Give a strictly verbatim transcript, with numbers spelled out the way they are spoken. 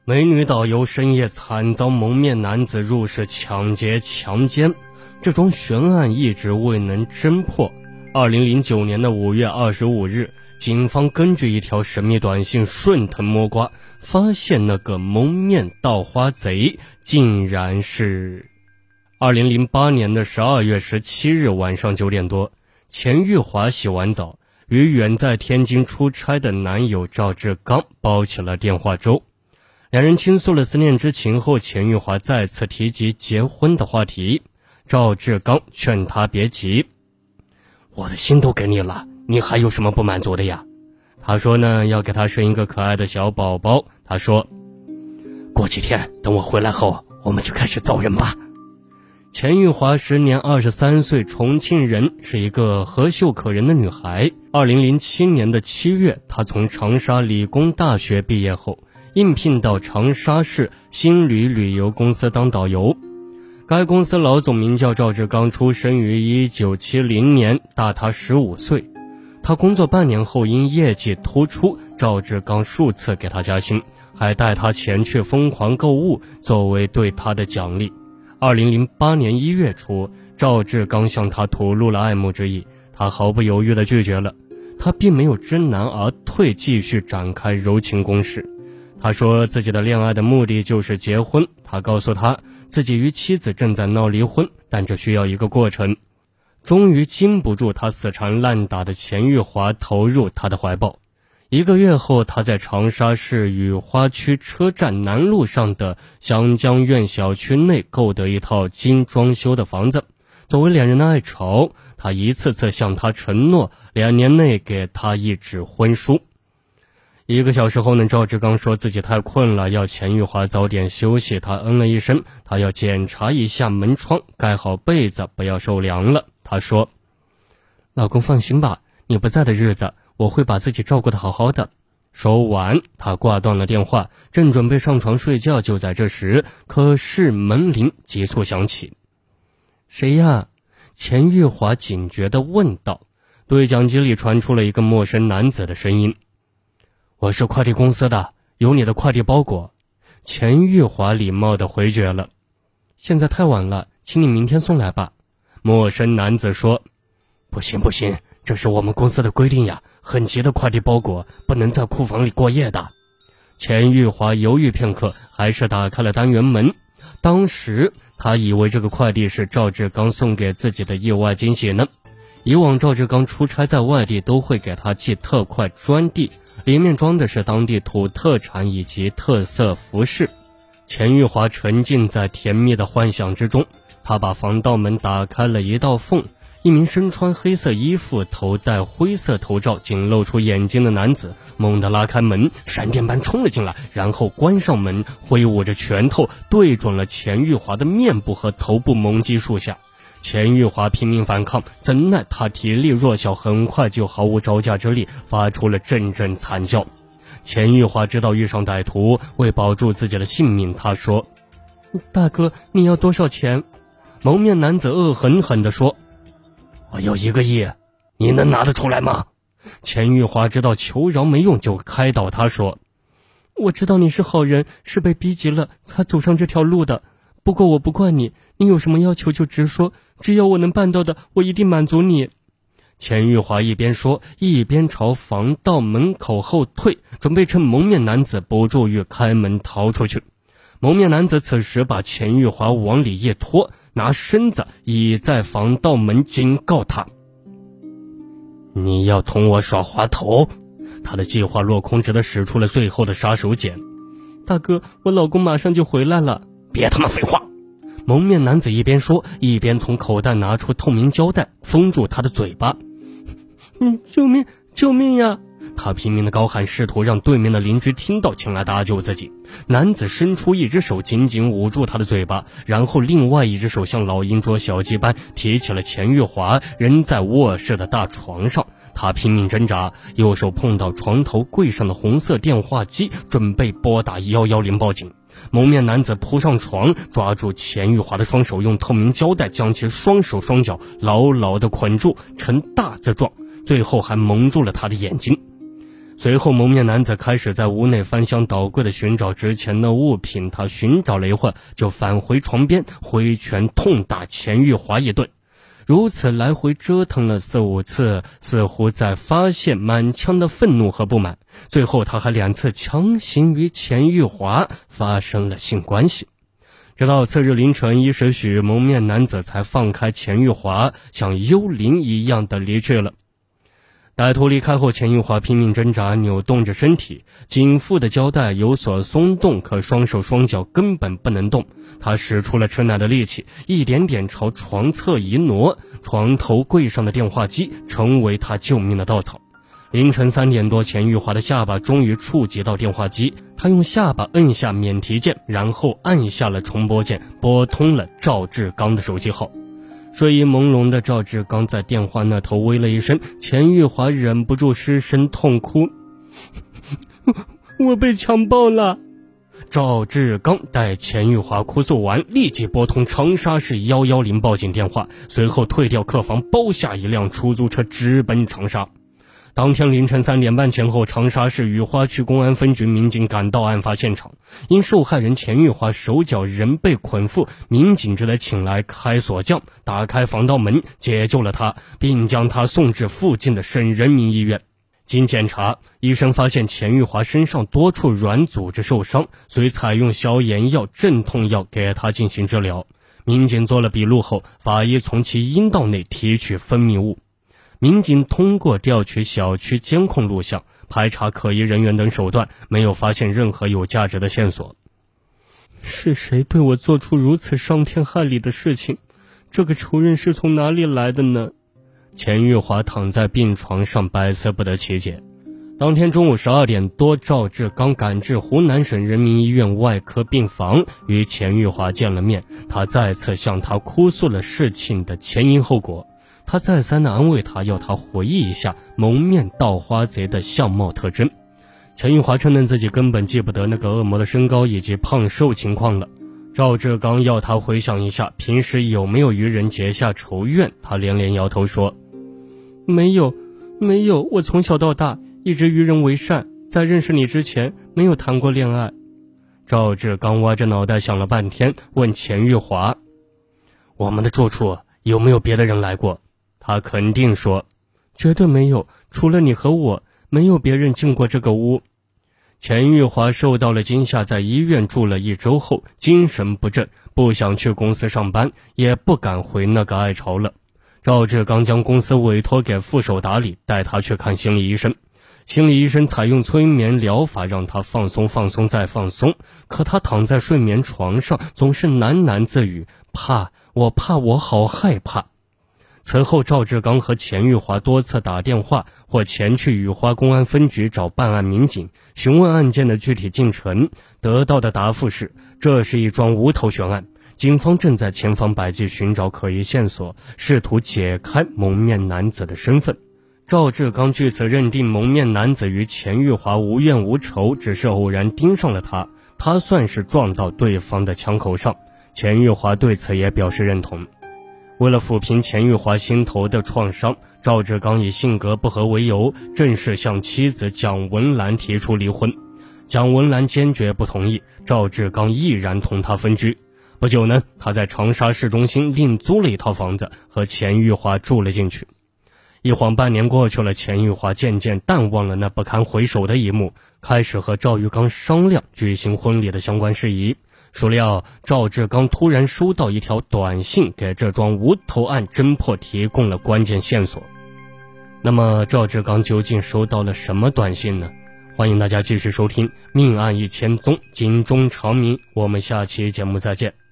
美女导游深夜惨遭蒙面男子入室抢劫强奸，这桩悬案一直未能侦破。二零零九年的五月二十五日，警方根据一条神秘短信顺藤摸瓜，发现那个蒙面盗花贼竟然是二零零八年的十二月十七日晚上九点多，钱玉华洗完澡，与远在天津出差的男友赵志刚煲起了电话粥。两人倾诉了思念之情后，钱玉华再次提及结婚的话题。赵志刚劝他别急，我的心都给你了，你还有什么不满足的呀？他说呢，要给他生一个可爱的小宝宝。他说，过几天等我回来后，我们就开始造人吧。钱玉华时年二十三岁，重庆人，是一个和秀可人的女孩。二零零七年的七月，她从长沙理工大学毕业后，应聘到长沙市新旅旅游公司当导游。该公司老总名叫赵志刚，出生于一九七零年，大他十五岁。他工作半年后，因业绩突出，赵志刚数次给他加薪，还带他前去疯狂购物，作为对他的奖励。二零零八年一月初，赵志刚向他吐露了爱慕之意，他毫不犹豫地拒绝了。他并没有知难而退，继续展开柔情攻势。他说自己的恋爱的目的就是结婚，他告诉他自己与妻子正在闹离婚，但这需要一个过程。终于禁不住他死缠烂打的钱玉华投入他的怀抱。一个月后，他在长沙市雨花区车站南路上的湘江苑小区内购得一套精装修的房子。作为两人的爱巢，他一次次向他承诺两年内给他一纸婚书。一个小时后呢，赵志刚说自己太困了，要钱玉华早点休息。他嗯了一声，他要检查一下门窗，盖好被子，不要受凉了。他说，老公放心吧，你不在的日子我会把自己照顾得好好的。说完，他挂断了电话，正准备上床睡觉，就在这时，可是门铃急促响起。谁呀？钱玉华警觉地问道。对讲机里传出了一个陌生男子的声音，我是快递公司的，有你的快递包裹。钱玉华礼貌地回绝了。现在太晚了，请你明天送来吧。陌生男子说，不行不行，这是我们公司的规定呀，很急的快递包裹不能在库房里过夜的。钱玉华犹豫片刻，还是打开了单元门。当时他以为这个快递是赵志刚送给自己的意外惊喜呢。以往赵志刚出差在外地都会给他寄特快专递，里面装的是当地土特产以及特色服饰。钱玉华沉浸在甜蜜的幻想之中，他把防盗门打开了一道缝，一名身穿黑色衣服、头戴灰色头罩、仅露出眼睛的男子猛地拉开门，闪电般冲了进来，然后关上门，挥舞着拳头对准了钱玉华的面部和头部猛击数下。钱玉华拼命反抗，怎奈他体力弱小，很快就毫无招架之力，发出了阵阵惨叫。钱玉华知道遇上歹徒，为保住自己的性命，他说，大哥，你要多少钱？蒙面男子恶狠狠地说，我要一个亿，你能拿得出来吗？钱玉华知道求饶没用，就开导他说，我知道你是好人，是被逼急了才走上这条路的，不过我不怪你，你有什么要求就直说，只要我能办到的，我一定满足你。钱玉华一边说，一边朝防盗门口后退，准备趁蒙面男子不注意开门逃出去。蒙面男子此时把钱玉华往里一拖，拿身子倚在防盗门，警告他，你要同我耍滑头。他的计划落空，只得使出了最后的杀手锏。大哥，我老公马上就回来了。别他妈废话！蒙面男子一边说，一边从口袋拿出透明胶带封住他的嘴巴。嗯，救命救命呀！他拼命的高喊，试图让对面的邻居听到，前来搭救自己。男子伸出一只手紧紧捂住他的嘴巴，然后另外一只手像老鹰捉小鸡般提起了钱玉华仍在卧室的大床上。他拼命挣扎，右手碰到床头柜上的红色电话机，准备拨打一一零报警。蒙面男子扑上床，抓住钱玉华的双手，用透明胶带将其双手双脚牢牢地捆住，呈大字状，最后还蒙住了他的眼睛。 随后蒙面男子开始在屋内翻箱倒柜的寻找值钱的物品，他寻找了一会儿，就返回床边，挥拳痛打钱玉华一顿。如此来回折腾了四五次，似乎在发泄满腔的愤怒和不满。最后他还两次强行与钱玉华发生了性关系。直到次日凌晨一时许，蒙面男子才放开钱玉华，像幽灵一样的离去了。歹徒离开后，钱玉华拼命挣扎，扭动着身体，颈腹的胶带有所松动，可双手双脚根本不能动。他使出了吃奶的力气，一点点朝床侧一挪，床头柜上的电话机成为他救命的稻草。凌晨三点多，钱玉华的下巴终于触及到电话机，他用下巴摁下免提键，然后按下了重拨键，拨通了赵志刚的手机号。睡意朦胧的赵志刚在电话那头喂了一声，钱玉华忍不住失声痛哭：我被强暴了。赵志刚待钱玉华哭诉完，立即拨通长沙市一一零报警电话，随后退掉客房，包下一辆出租车直奔长沙。当天凌晨三点半前后，长沙市雨花区公安分局民警赶到案发现场，因受害人钱玉华手脚仍被捆缚，民警只得请来开锁匠打开防盗门，解救了他，并将他送至附近的省人民医院。经检查，医生发现钱玉华身上多处软组织受伤，遂采用消炎药、镇痛药给他进行治疗。民警做了笔录后，法医从其阴道内提取分泌物。民警通过调取小区监控录像、排查可疑人员等手段，没有发现任何有价值的线索。是谁对我做出如此伤天害理的事情？这个仇人是从哪里来的呢？钱玉华躺在病床上，百思不得其解。当天中午十二点多，赵志刚赶至湖南省人民医院外科病房，与钱玉华见了面。他再次向他哭诉了事情的前因后果。他再三地安慰他，要他回忆一下蒙面盗花贼的相貌特征。钱玉华承认自己根本记不得那个恶魔的身高以及胖瘦情况了。赵志刚要他回想一下平时有没有与人结下仇怨，他连连摇头说：没有没有，我从小到大一直与人为善，在认识你之前没有谈过恋爱。赵志刚歪着脑袋想了半天，问钱玉华：我们的住处有没有别的人来过？他肯定说：绝对没有，除了你和我，没有别人进过这个屋。钱玉华受到了惊吓，在医院住了一周后，精神不振，不想去公司上班，也不敢回那个爱巢了。赵志刚将公司委托给副手打理，带他去看心理医生。心理医生采用催眠疗法让他放松放松再放松，可他躺在睡眠床上总是喃喃自语：怕，我怕，我好害怕。此后赵志刚和钱玉华多次打电话或前去雨花公安分局找办案民警，询问案件的具体进程，得到的答复是这是一桩无头悬案，警方正在千方百计寻找可疑线索，试图解开蒙面男子的身份。赵志刚据此认定蒙面男子与钱玉华无怨无仇，只是偶然盯上了他，他算是撞到对方的枪口上。钱玉华对此也表示认同。为了抚平钱玉华心头的创伤，赵志刚以性格不合为由，正式向妻子蒋文兰提出离婚。蒋文兰坚决不同意，赵志刚毅然同他分居。不久呢，他在长沙市中心另租了一套房子，和钱玉华住了进去。一晃半年过去了，钱玉华渐渐淡忘了那不堪回首的一幕，开始和赵玉刚商量举行婚礼的相关事宜。孰料赵志刚突然收到一条短信，给这桩无头案侦破提供了关键线索。那么赵志刚究竟收到了什么短信呢？欢迎大家继续收听《命案一千宗》，警钟长鸣。我们下期节目再见。